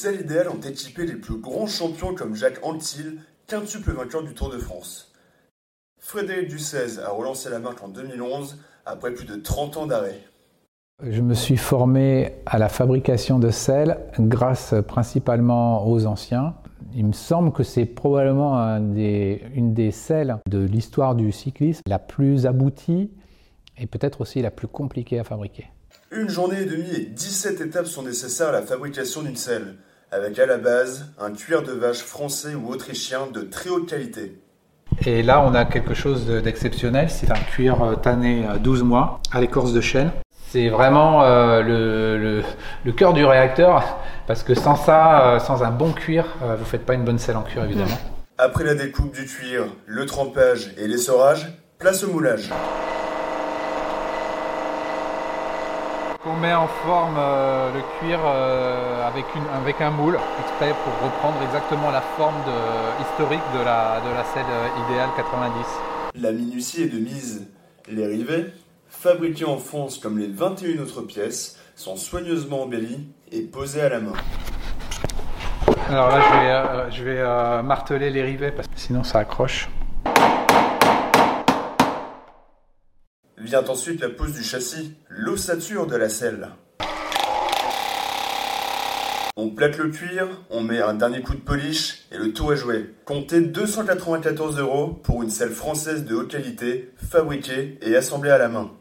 selles idéales ont équipé les plus grands champions comme Jacques Anquetil, quintuple vainqueur du Tour de France. Frédéric Dussez a relancé la marque en 2011 après plus de 30 ans d'arrêt. Je me suis formé à la fabrication de selles grâce principalement aux anciens. Il me semble que c'est probablement une des selles de l'histoire du cyclisme la plus aboutie et peut-être aussi la plus compliquée à fabriquer. Une journée et demie et 17 étapes sont nécessaires à la fabrication d'une selle, avec à la base un cuir de vache français ou autrichien de très haute qualité. Et là, on a quelque chose d'exceptionnel, c'est un cuir tanné 12 mois à l'écorce de chêne. C'est vraiment le cœur du réacteur, parce que sans ça, sans un bon cuir, vous ne faites pas une bonne selle en cuir évidemment. Après la découpe du cuir, le trempage et l'essorage, place au moulage. On met en forme le cuir avec un moule exprès pour reprendre exactement la forme historique de la selle idéale 90. La minutie est de mise. Les rivets, fabriqués en France comme les 21 autres pièces, sont soigneusement embellis et posés à la main. Alors là, je vais marteler les rivets parce que sinon ça accroche. Vient ensuite la pose du châssis, l'ossature de la selle. On plaque le cuir, on met un dernier coup de polish et le tour est joué. Comptez 294 € pour une selle française de haute qualité, fabriquée et assemblée à la main.